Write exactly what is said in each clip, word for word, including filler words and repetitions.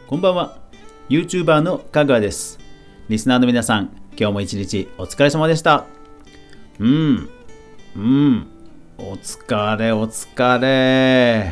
こんばんは。 YouTuber のかぐわです。リスナーの皆さん、今日も一日お疲れ様でした。うんうんお疲れお疲れ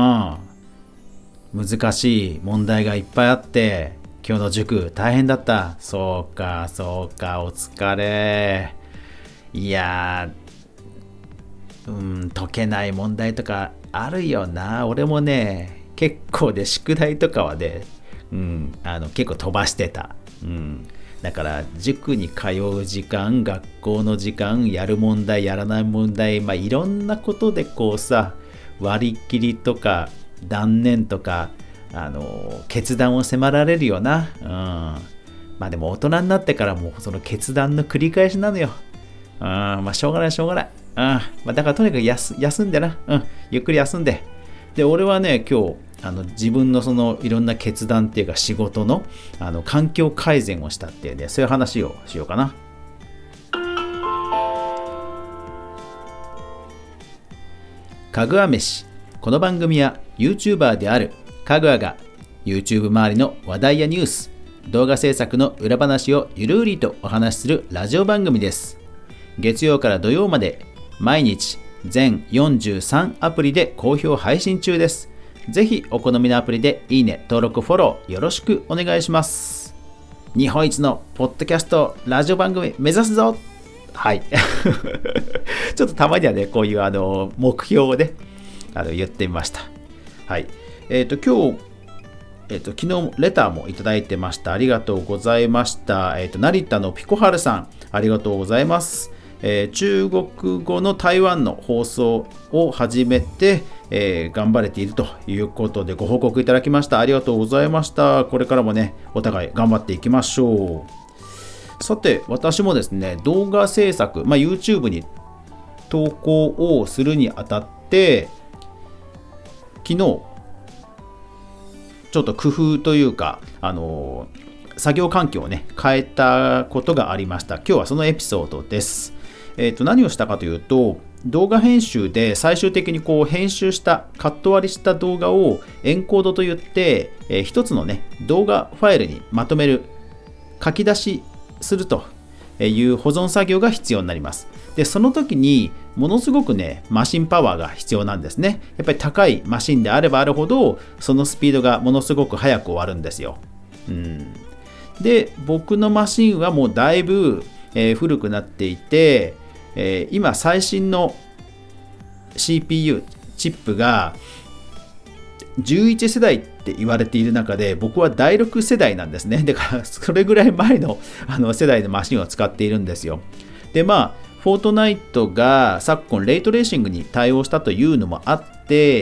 うん難しい問題がいっぱいあって今日の塾大変だった。そうかそうかお疲れ。いやーうん解けない問題とかあるよな。俺もね結構で宿題とかはね、うん、あの結構飛ばしてた、うん、だから塾に通う時間、学校の時間、やる問題やらない問題、まあいろんなことでこうさ割り切りとか断念とかあの決断を迫られるよな、うん、まあでも大人になってからもその決断の繰り返しなのよ、うん、まあしょうがないしょうがない、うんまあ、だからとにかく休休んでな、うん、ゆっくり休んで。で俺はね今日あの自分のそのいろんな決断っていうか仕事のあの環境改善をしたっていうね、そういう話をしようかな。かぐわ飯。この番組は YouTuber であるかぐわが YouTube 周りの話題やニュース、動画制作の裏話をゆるりとお話しするラジオ番組です。月曜から土曜まで毎日全よんじゅうさんアプリで好評配信中です。ぜひお好みのアプリでいいね、登録、フォローよろしくお願いします。日本一のポッドキャストラジオ番組目指すぞ。はいちょっとたまにはねこういうあの目標をねあの言ってみました。はい。えっと今日えっと昨日レターもいただいてました。ありがとうございました。えっと成田のピコハルさんありがとうございます。えー、中国語の台湾の放送を始めて、えー、頑張れているということでご報告いただきました。ありがとうございました。これからもねお互い頑張っていきましょう。さて私もですね動画制作、まあ、YouTube に投稿をするにあたって昨日ちょっと工夫というかあのー、作業環境をね変えたことがありました。今日はそのエピソードです。えー、と何をしたかというと動画編集で最終的にこう編集したカット割りした動画をエンコードといって、えー、一つのね動画ファイルにまとめる書き出しするという保存作業が必要になります。でその時にものすごくねマシンパワーが必要なんですね。やっぱり高いマシンであればあるほどそのスピードがものすごく速く終わるんですよ。うんで僕のマシンはもうだいぶ、えー、古くなっていてえー、今最新の シーピーユー チップがじゅういちせだいって言われている中で僕はだいろくせだいなんですね。だからそれぐらい前の、あの世代のマシンを使っているんですよ。でまあフォートナイトが昨今レイトレーシングに対応したというのもあって、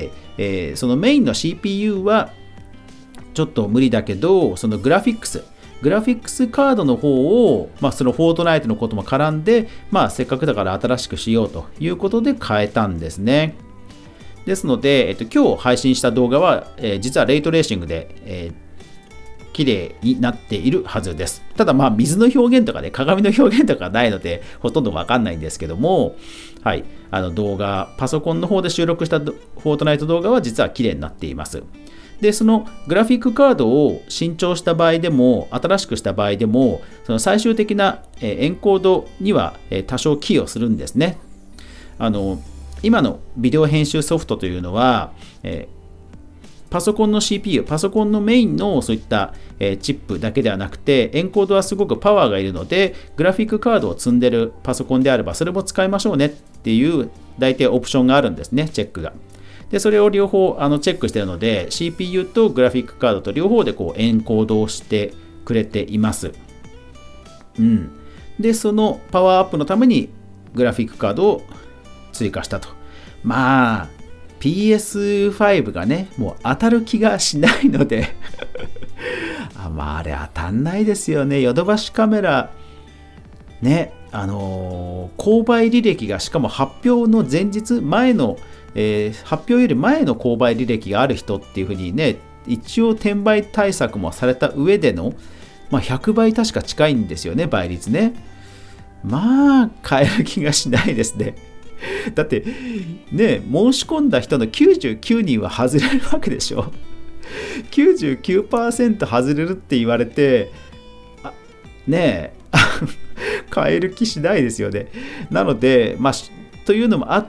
えー、そのメインの シーピーユー はちょっと無理だけどそのグラフィックスグラフィックスカードの方を、まあ、そのフォートナイトのことも絡んで、まあ、せっかくだから新しくしようということで変えたんですね。ですので、えっと、今日配信した動画は、えー、実はレイトレーシングで、えー、綺麗になっているはずです。ただ、まあ、水の表現とかね、鏡の表現とかないので、ほとんどわかんないんですけども、はい、あの動画、パソコンの方で収録したフォートナイト動画は実は綺麗になっています。でそのグラフィックカードを新調した場合でも新しくした場合でもその最終的なエンコードには多少寄与するんですね。あの今のビデオ編集ソフトというのは、えー、パソコンの シーピーユー パソコンのメインのそういった、えー、チップだけではなくてエンコードはすごくパワーがいるのでグラフィックカードを積んでるパソコンであればそれも使いましょうねっていう大体オプションがあるんですね、チェックが。でそれを両方あのチェックしているので シーピーユー とグラフィックカードと両方でこうエンコードをしてくれています。うん、でそのパワーアップのためにグラフィックカードを追加したと。まあ ピーエスファイブ がねもう当たる気がしないのであ, まああれ当たんないですよね。ヨドバシカメラねあのー、購買履歴がしかも発表の前日前のえー、発表より前の購買履歴がある人っていうふうにね一応転売対策もされた上での、まあ、ひゃくばい確か近いんですよね倍率ね。まあ買える気がしないですね。だってね申し込んだ人のきゅうじゅうきゅうにんは外れるわけでしょ。 きゅうじゅうきゅうパーセント 外れるって言われて、あねえ買える気しないですよね。なので、まあ、というのもあって、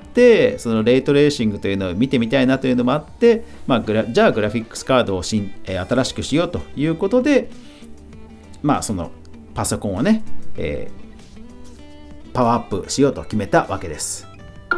そのレイトレーシングというのを見てみたいなというのもあって、まあ、グラじゃあグラフィックスカードを新、えー、新しくしようということで、まあ、そのパソコンをね、えー、パワーアップしようと決めたわけです。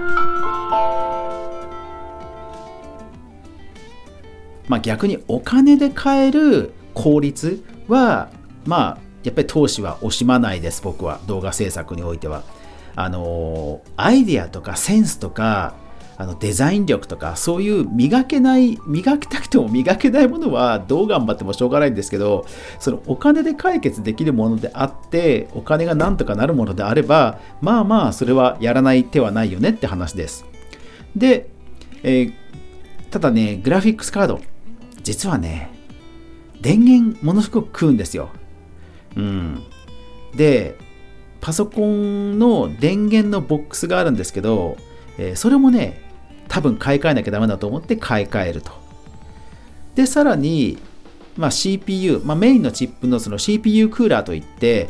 まあ、逆にお金で買える効率は、まあ、やっぱり投資は惜しまないです。僕は動画制作においてはあのアイデアとかセンスとかあのデザイン力とかそういう磨けない磨きたくても磨けないものはどう頑張ってもしょうがないんですけど、そのお金で解決できるものであってお金がなんとかなるものであれば、まあまあそれはやらない手はないよねって話です。で、えー、ただねグラフィックスカード実はね電源ものすごく食うんですよ。うん、でパソコンの電源のボックスがあるんですけど、えー、それもね多分買い替えなきゃダメだと思って買い替えると。でさらに、まあ、シーピーユー、まあ、メインのチップのその シーピーユー クーラーといって、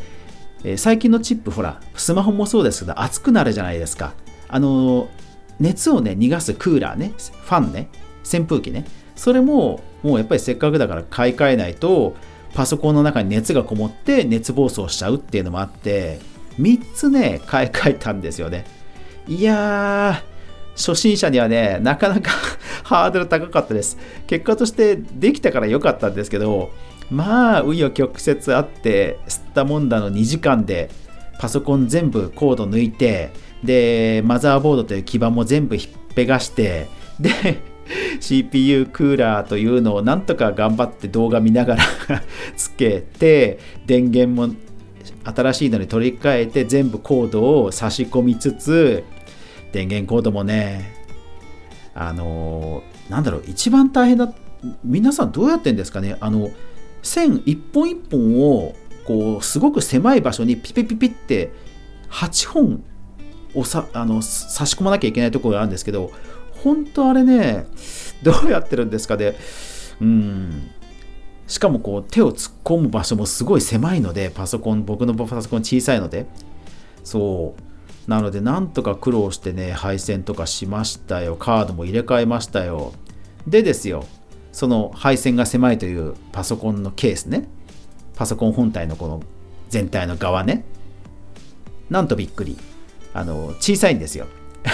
えー、最近のチップほらスマホもそうですけど熱くなるじゃないですか。あのー、熱をね逃がすクーラーね、ファンね、扇風機ね、それももうやっぱりせっかくだから買い替えないとパソコンの中に熱がこもって熱暴走しちゃうっていうのもあってみっつね買い替えたんですよね。いやー初心者にはねなかなかハードル高かったです。結果としてできたから良かったんですけど、まあ紆余曲折あって吸ったもんだのにじかんでパソコン全部コード抜いて、でマザーボードという基板も全部ひっぺがして、でシーピーユー クーラーというのをなんとか頑張って動画見ながらつけて、電源も新しいのに取り替えて全部コードを差し込みつつ、電源コードもねあのなんだろう一番大変だ。皆さんどうやってんですかね。あの線一本一本をこうすごく狭い場所にピピピピってはちほんをさあの差し込まなきゃいけないところがあるんですけど、本当あれねどうやってるんですかね。うんしかもこう手を突っ込む場所もすごい狭いので、パソコン僕のパソコン小さいので、そうなのでなんとか苦労してね配線とかしましたよ。カードも入れ替えましたよ。でですよ、その配線が狭いというパソコンのケースね、パソコン本体のこの全体の側ね、なんとびっくりあの小さいんですよ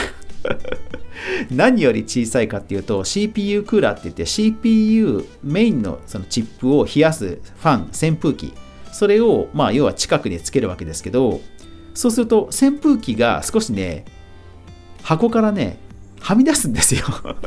何より小さいかっていうと シーピーユー クーラーって言って シーピーユー メインのそのチップを冷やすファン扇風機、それをまあ要は近くにつけるわけですけど、そうすると扇風機が少しね箱からねはみ出すんですよ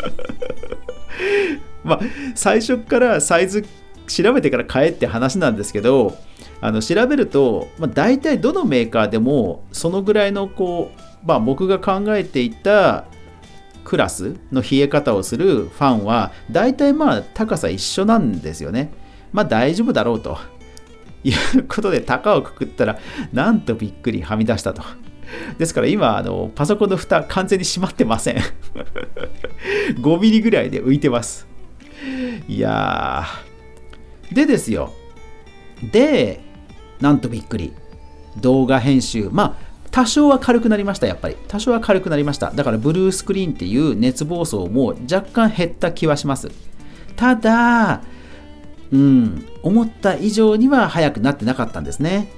まあ最初からサイズ調べてから買えって話なんですけど、あの調べると、まあ、大体どのメーカーでもそのぐらいのこう、まあ、僕が考えていたクラスの冷え方をするファンは大体まあ高さ一緒なんですよね。まあ大丈夫だろうということで高をくくったらなんとびっくりはみ出したと。ですから今あのパソコンの蓋完全に閉まってませんごミリぐらいで浮いてます。いやーでですよ、でなんとびっくり動画編集、まあ多少は軽くなりました。やっぱり多少は軽くなりました。だからブルースクリーンっていう熱暴走も若干減った気はします。ただうん思った以上には速くなってなかったんですね。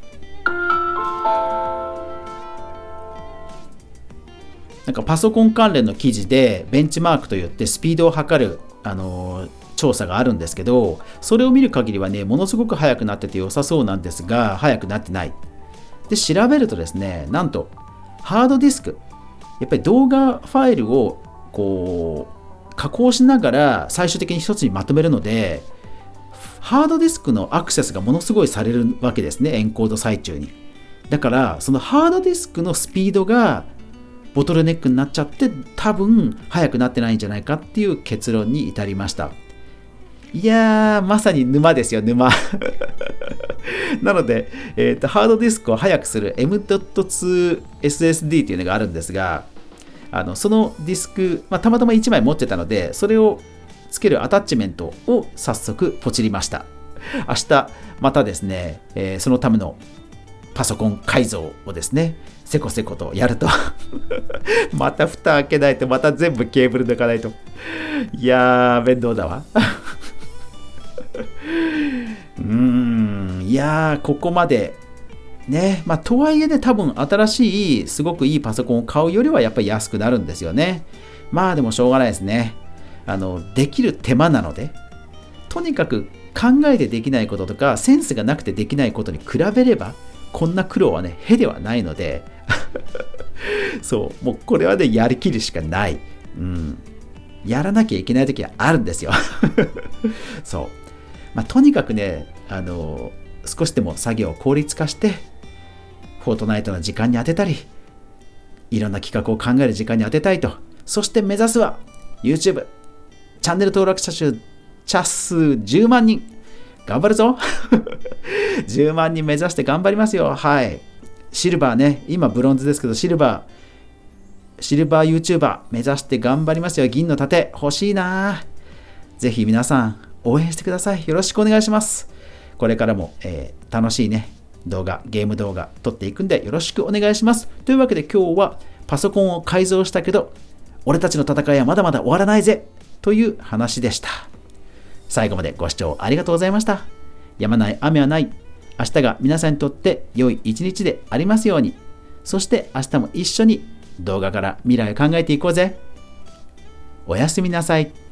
なんかパソコン関連の記事でベンチマークといってスピードを測る、あのー、調査があるんですけど、それを見る限りはねものすごく速くなってて良さそうなんですが、速くなってない。で調べるとですね、なんとハードディスク、やっぱり動画ファイルをこう加工しながら最終的に一つにまとめるので、ハードディスクのアクセスがものすごいされるわけですね、エンコード最中に。だからそのハードディスクのスピードがボトルネックになっちゃって多分速くなってないんじゃないかっていう結論に至りました。いやーまさに沼ですよ、沼なので、えーと、ハードディスクを速くする エムドットツーエスエスディー というのがあるんですが、あのそのディスク、まあ、たまたまいちまい持ってたのでそれをつけるアタッチメントを早速ポチりました。明日またですね、えー、そのためのパソコン改造をですね、せこせことやるとまた蓋開けないと、また全部ケーブル抜かないと、いやー面倒だわうーんいやーここまでね、まあとはいえね、多分新しいすごくいいパソコンを買うよりはやっぱり安くなるんですよね。まあでもしょうがないですね。あのできる手間なので、とにかく考えてできないこととかセンスがなくてできないことに比べれば、こんな苦労はねへではないのでそうもうこれはねやりきるしかない、うん、やらなきゃいけない時はあるんですよそう、まあ、とにかくね、あの少しでも作業を効率化してフォートナイトの時間に当てたり、いろんな企画を考える時間に当てたいと。そして目指すは YouTube チャンネル登録者数者数じゅうまんにん、頑張るぞじゅうまんにん目指して頑張りますよ。はい、シルバーね、今ブロンズですけど、シルバーシルバー YouTuber 目指して頑張りますよ。銀の盾欲しいな。ぜひ皆さん応援してください。よろしくお願いします。これからも、えー、楽しいね動画、ゲーム動画撮っていくんでよろしくお願いします。というわけで今日はパソコンを改造したけど俺たちの戦いはまだまだ終わらないぜという話でした。最後までご視聴ありがとうございました。止まない雨はない。明日が皆さんにとって良い一日でありますように。そして明日も一緒に動画から未来を考えていこうぜ。おやすみなさい。